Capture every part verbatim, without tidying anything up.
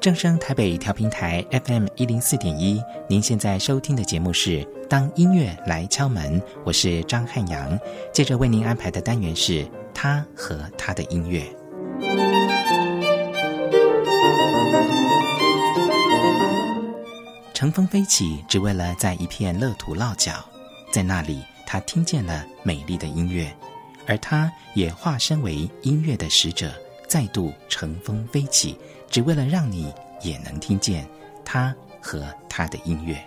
正声台北调频台 F M 一零四点一，您现在收听的节目是《当音乐来敲门》，我是张汉阳。接着为您安排的单元是他和他的音乐。乘风飞起，只为了在一片乐土落脚，在那里，他听见了美丽的音乐，而他也化身为音乐的使者，再度乘风飞起，只为了让你也能听见他和他的音乐。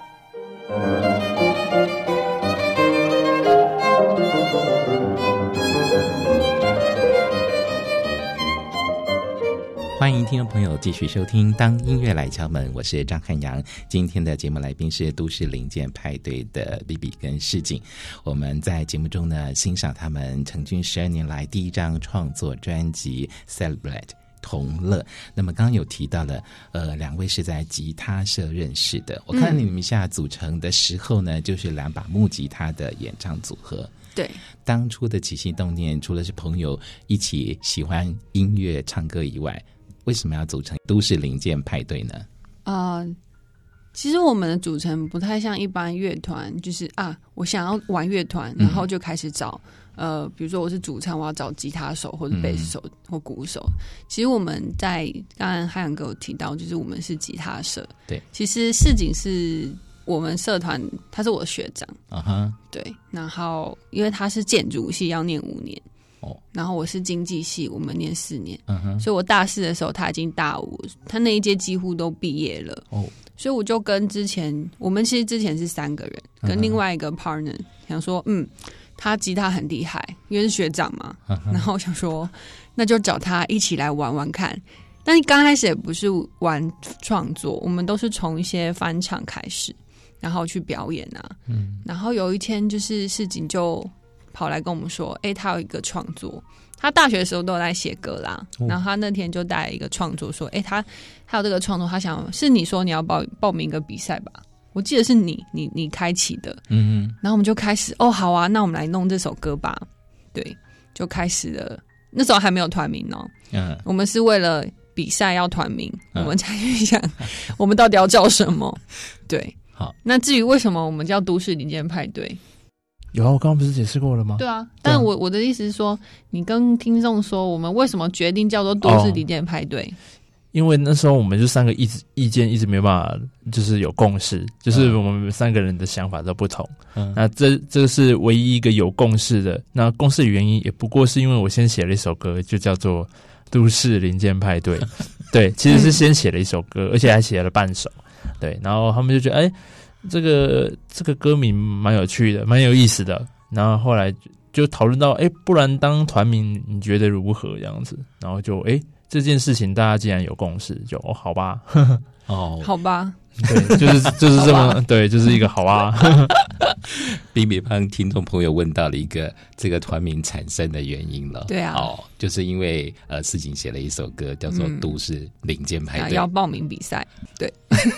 欢迎听众朋友继续收听当音乐来敲门，我是张汉阳。今天的节目来宾是都市零件派对的 B B 跟世锦。我们在节目中呢，欣赏他们成军十二年来第一张创作专辑 Celebrate 同乐。那么刚刚有提到了呃，两位是在吉他社认识的，我看你们下组成的时候呢、嗯、就是两把木吉他的演唱组合。 对， 当初的起心动念除了是朋友一起喜欢音乐唱歌以外，为什么要组成都市零件派对呢？ 呃，其实我们的组成不太像一般乐团，就是啊，我想要玩乐团，然后就开始找、嗯、呃，比如说我是主唱，我要找吉他手或者贝斯手、嗯、或鼓手。其实我们在刚刚汉阳哥有提到，就是我们是吉他社。 对， 其实世锦是我们社团，他是我的学长。啊哈，对，然后因为他是建筑系，要念五年。然后我是经济系，我们念四年、uh-huh. 所以我大四的时候他已经大五，他那一届几乎都毕业了、oh. 所以我就跟之前我们其实之前是三个人、uh-huh. 跟另外一个 partner 想说嗯，他吉他很厉害，因为是学长嘛、uh-huh. 然后我想说那就找他一起来玩玩看。但刚开始也不是玩创作，我们都是从一些翻唱开始，然后去表演啊、嗯、然后有一天就是世锦就跑来跟我们说，哎、欸，他有一个创作，他大学的时候都有在写歌啦、哦、然后他那天就带一个创作说，哎、欸，他他有这个创作，他想是你说你要报报名一个比赛吧，我记得是你你你开启的，嗯嗯，然后我们就开始，哦，好啊，那我们来弄这首歌吧，对，就开始了。那时候还没有团名哦，嗯，我们是为了比赛要团名、嗯、我们才去想我们到底要叫什么，对，好，那至于为什么我们叫都市零件派对， 有啊，我刚刚不是解释过了吗？ 对啊，但我我的意思是说，你跟听众说我们为什么决定叫做都市零件派对、哦、 因为那时候我们就三个一直意见一直没办法就是有共识，就是我们三个人的想法都不同、嗯、那这这是唯一一个有共识的。那共识的原因也不过是因为我先写了一首歌就叫做都市零件派对对，其实是先写了一首歌、嗯、而且还写了半首，对，然后他们就觉得哎，这个这个歌名蛮有趣的，蛮有意思的。然后后来就讨论到，哎，不然当团名你觉得如何这样子？然后就哎，这件事情大家既然有共识，就哦好吧， 哦好吧， 对，就是就是这么对，就是一个好吧。 并别帮听众朋友问到了一个这个团名产生的原因了。 对啊， 哦，就是因为呃，世锦写了一首歌叫做《都市零件派对》， 要报名比赛。对，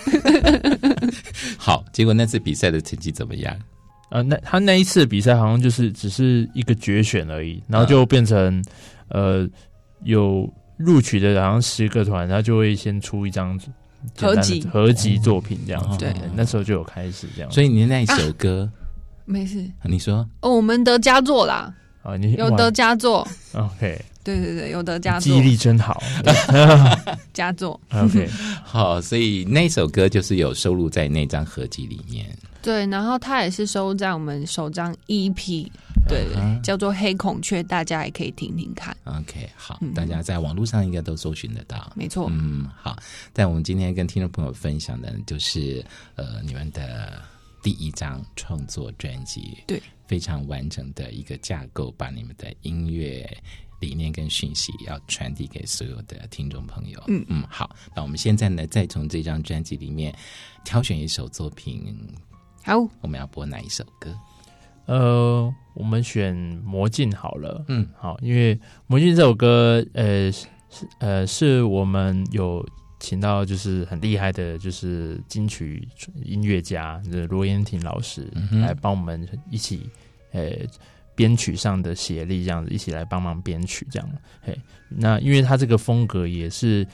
好，结果那次比赛的成绩怎么样？ 呃，那他那一次比赛好像就是只是一个决选而已，然后就变成、嗯、呃有录取的好像十个团，他就会先出一张合集合集作品这样子、 哦、对， 那时候就有开始这样。 所以你那一首歌、啊、 没事， 你说哦，我们得佳作啦， 啊，你有得佳作 ，OK， 对对对，有得佳作， 记忆力真好， 佳作 ，OK， 好，所以那首歌就是有收录在那张合集里面。 对，然后它也是收在我们首张 E P， 对， uh-huh. 叫做《黑孔雀》，大家也可以听听看。 OK， 好、嗯，大家在网络上应该都搜寻得到。 没错， 嗯，好。但我们今天跟听众朋友分享的，就是呃你们的第一张创作专辑， 对， 非常完整的一个架构，把你们的音乐理念跟讯息要传递给所有的听众朋友。嗯嗯，好。那我们现在呢，再从这张专辑里面挑选一首作品。 好， 我们要播哪一首歌？ 呃，我们选《魔镜》好了。嗯，好，因为《魔镜》这首歌，呃，是呃，是我们有请到就是很厉害的，就是金曲音乐家，就是罗延廷老师、嗯、来帮我们一起，呃，编曲上的协力，这样子一起来帮忙编曲，这样。嘿，那因为他这个风格也是。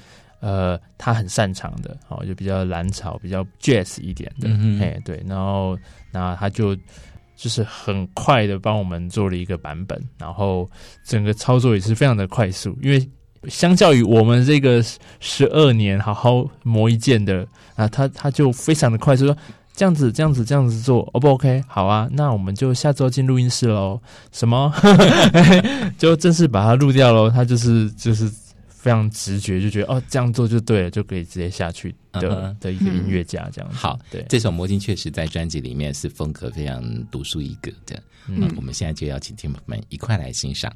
呃他很擅长的，哦，就比较蓝潮比较 jazz 一点的，嗯嘿对，然后那他就就是很快的帮我们做了一个版本，然后整个操作也是非常的快速，因为相较于我们这个十二年好好磨一件的啊，他他就非常的快速说这样子这样子这样子做 O 不 OK？ 好啊，那我们就下周进录音室咯。什么就正式把它录掉咯。他就是就是非常直觉就觉得哦这样做就对了，就可以直接下去的、uh-huh. 的一个音乐家这样子、嗯、 好，对，这首魔镜确实在专辑里面是风格非常独树一格的。嗯、呃，我们现在就要请听众们一块来欣赏。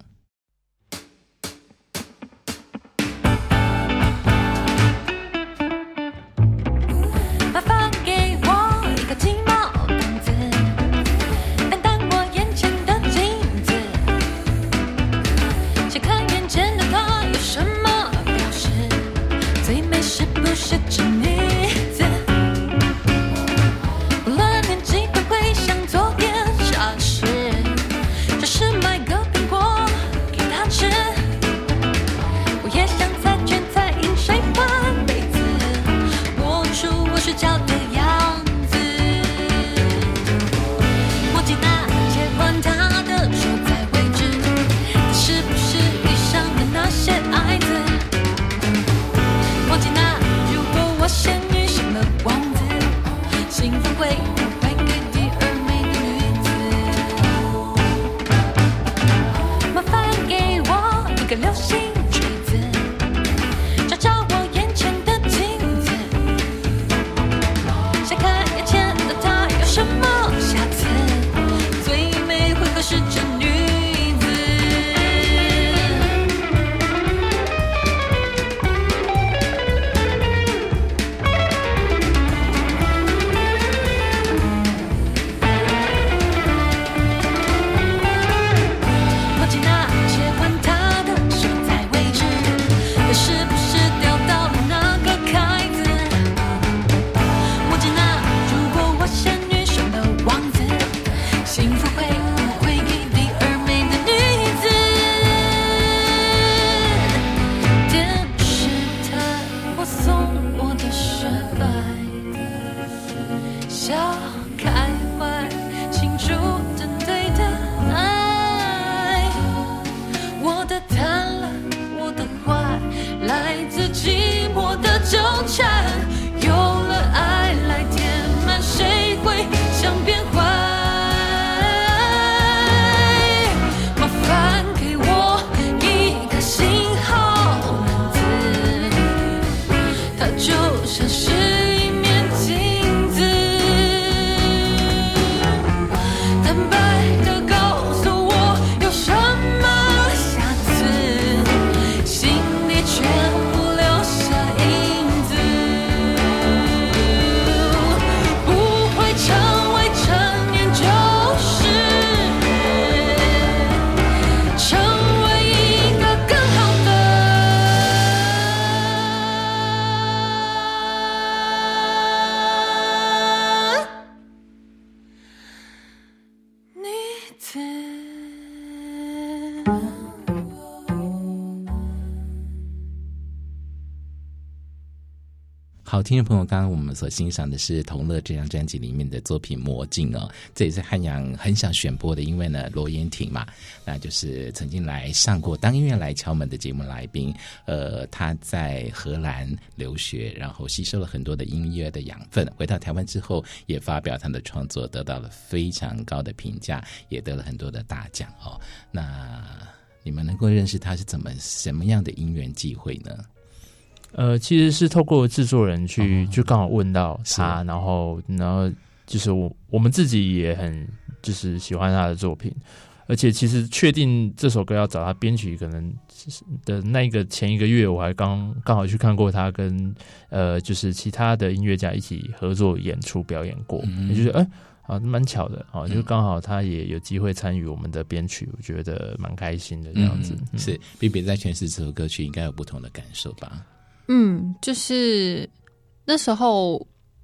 好，听众朋友，刚刚我们所欣赏的是同乐这张专辑里面的作品《魔镜》哦，这也是汉阳很想选播的，因为呢，罗妍婷嘛，那就是曾经来上过《当音乐来敲门》的节目来宾，呃，他在荷兰留学，然后吸收了很多的音乐的养分，回到台湾之后，也发表他的创作，得到了非常高的评价，也得了很多的大奖哦。那你们能够认识他是怎么什么样的因缘际会呢？ 呃，其实是透过制作人去，哦、就刚好问到他，然后，然后就是我我们自己也很就是喜欢他的作品，而且其实确定这首歌要找他编曲，可能的那一个前一个月，我还刚刚好去看过他跟呃就是其他的音乐家一起合作演出表演过，嗯、也就是哎。啊，蛮巧的啊，就刚好他也有机会参与我们的编曲，我觉得蛮开心的这样子。 嗯、是 B B 在诠释这首歌曲，应该有不同的感受吧？ 嗯，就是那时候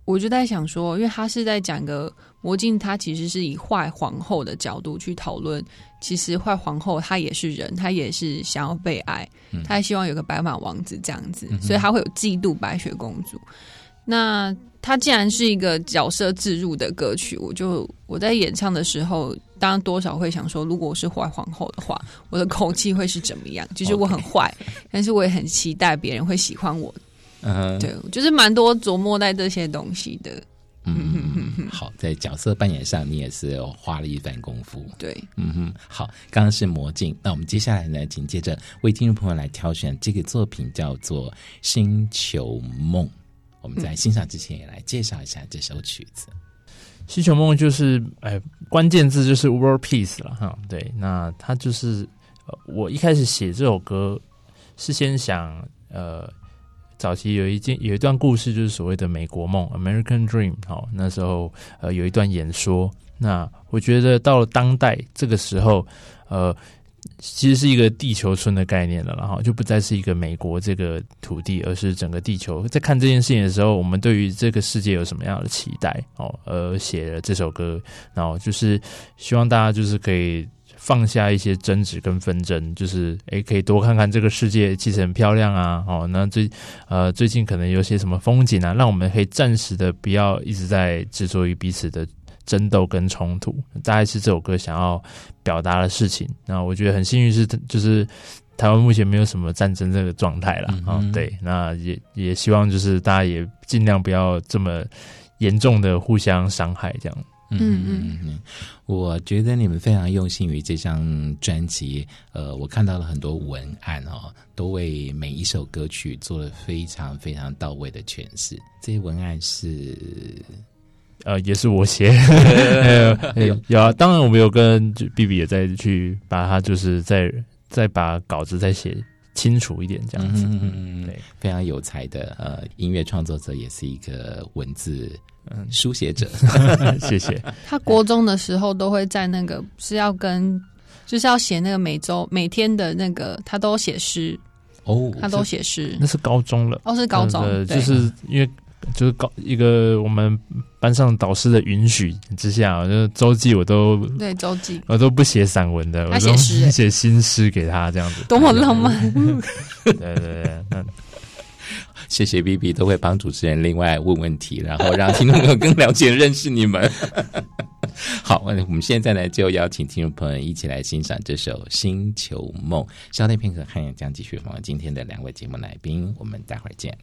我就在想说，因为他是在讲一个魔镜，他其实是以坏皇后的角度去讨论，其实坏皇后她也是人，她也是想要被爱，她、嗯、也希望有个白马王子这样子，嗯、所以她会有嫉妒白雪公主。那它既然是一个角色置入的歌曲，我就我在演唱的时候，当然多少会想说，如果我是坏皇后的话，我的口气会是怎么样？就是我很坏， okay. 但是我也很期待别人会喜欢我。Uh-huh. 对，就是蛮多琢磨在这些东西的。 嗯，好，在角色扮演上你也是花了一番功夫。 对， 嗯哼，好，刚刚是魔镜，那我们接下来呢，紧接着为听众朋友来挑选这个作品，叫做《星球梦》。我们在欣赏之前也来介绍一下这首曲子。嗯、 星球梦就是哎，关键字就是 world peace 了哈。对，那它就是呃，我一开始写这首歌是先想呃。早期有一件有一段故事，就是所谓的美国梦 American Dream。 好，那时候呃有一段演说，那我觉得到了当代这个时候，呃其实是一个地球村的概念了，然后就不再是一个美国这个土地，而是整个地球。在看这件事情的时候，我们对于这个世界有什么样的期待哦，而写了这首歌，然后就是希望大家就是可以放下一些争执跟纷争，就是诶可以多看看这个世界其实很漂亮啊，哦，那最呃最近可能有些什么风景啊，让我们可以暂时的不要一直在执着于彼此的争斗跟冲突，大概是这首歌想要表达的事情。那我觉得很幸运是就是台湾目前没有什么战争这个状态啦，嗯、哦，对，那也也希望就是大家也尽量不要这么严重的互相伤害这样。 嗯嗯嗯，我觉得你们非常用心于这张专辑，呃，我看到了很多文案哦，都为每一首歌曲做了非常非常到位的诠释。这些文案是， 呃，也是我写，有有啊，当然我们有跟 B B 也在去把它就是再再把稿子再写清楚一点这样子。嗯嗯，对， 非常有才的呃音乐创作者，也是一个文字。嗯，书写者， 谢谢。 他国中的时候都会在那个是要跟，就是要写那个每周每天的那个，他都写诗哦，他都写诗。 那是高中了， 哦，是高中， 呃、就是因为就是高一个我们班上导师的允许之下，就周记我都对周记我都不写散文的， 他写诗， 写新诗给他这样子， 多么浪漫。 对对对，那。 谢谢 B B 都会帮主持人另外问问题，然后让听众朋友更了解认识你们。好，我们现在呢就邀请听众朋友一起来欣赏这首《星球梦》。稍待片刻，汉阳将继续访问今天的两位节目来宾，我们待会儿见。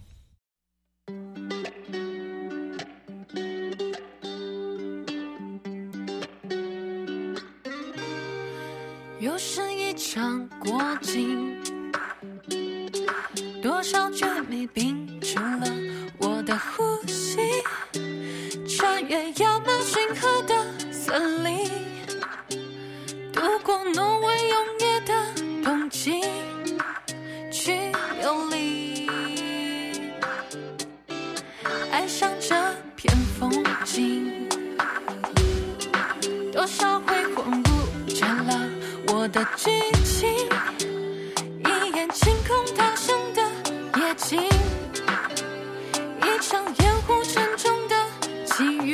又是一场过境，多少绝美屏住了我的呼吸，穿越亚马逊河的森林，度过挪威永夜的冬季，去游历，爱上这片风景，多少回恍惚着了我的剧情，一眼晴空塔上的夜景，一场烟雾沉重的际遇，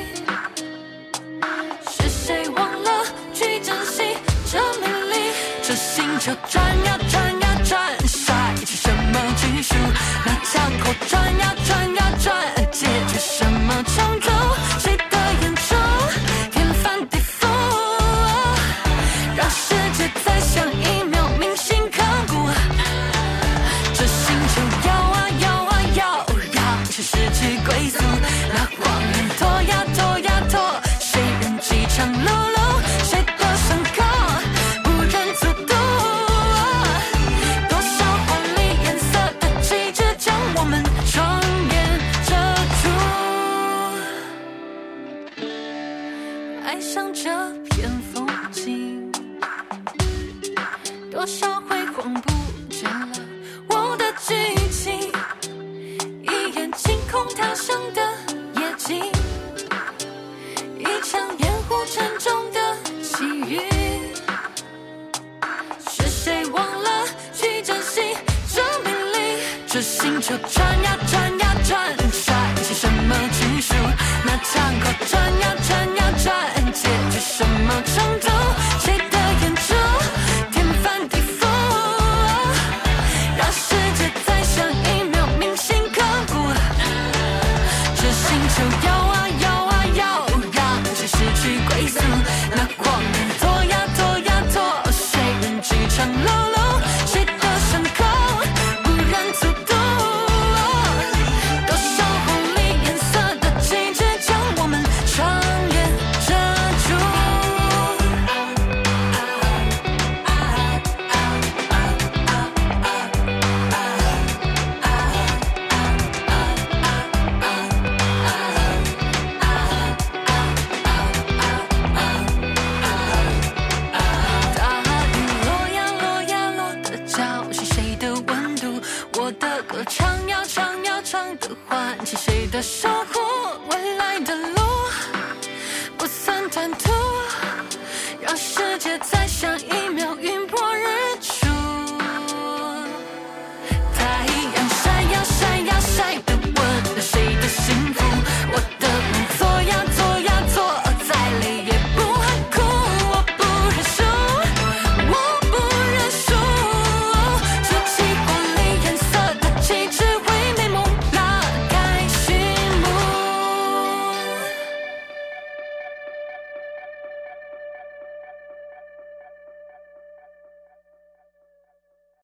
是谁忘了去珍惜这美丽？这星球转呀转呀转，下一句什么技术？那枪口转呀转呀转，结局什么长洲？谁的眼中天翻地覆？让世界在下一秒铭心刻骨。这星球摇啊摇啊摇，让全世界归宿。那光年拖呀拖呀拖，谁人几场碌碌？谁的伤口不忍卒读？多少华丽颜色的旗帜将我们装。 枪口转呀转呀转，结局什么程度？谁的眼珠天翻地覆，让世界在下一秒铭心刻骨。这星球摇啊摇啊摇，让谁失去归宿？那光年拖呀拖呀拖，谁人饥肠辘辘？谁的伤口不染卒毒？多少红里颜色的季节将我们长远遮住。大雨落呀落呀落的脚是谁的温度？我的歌唱呀唱呀唱得欢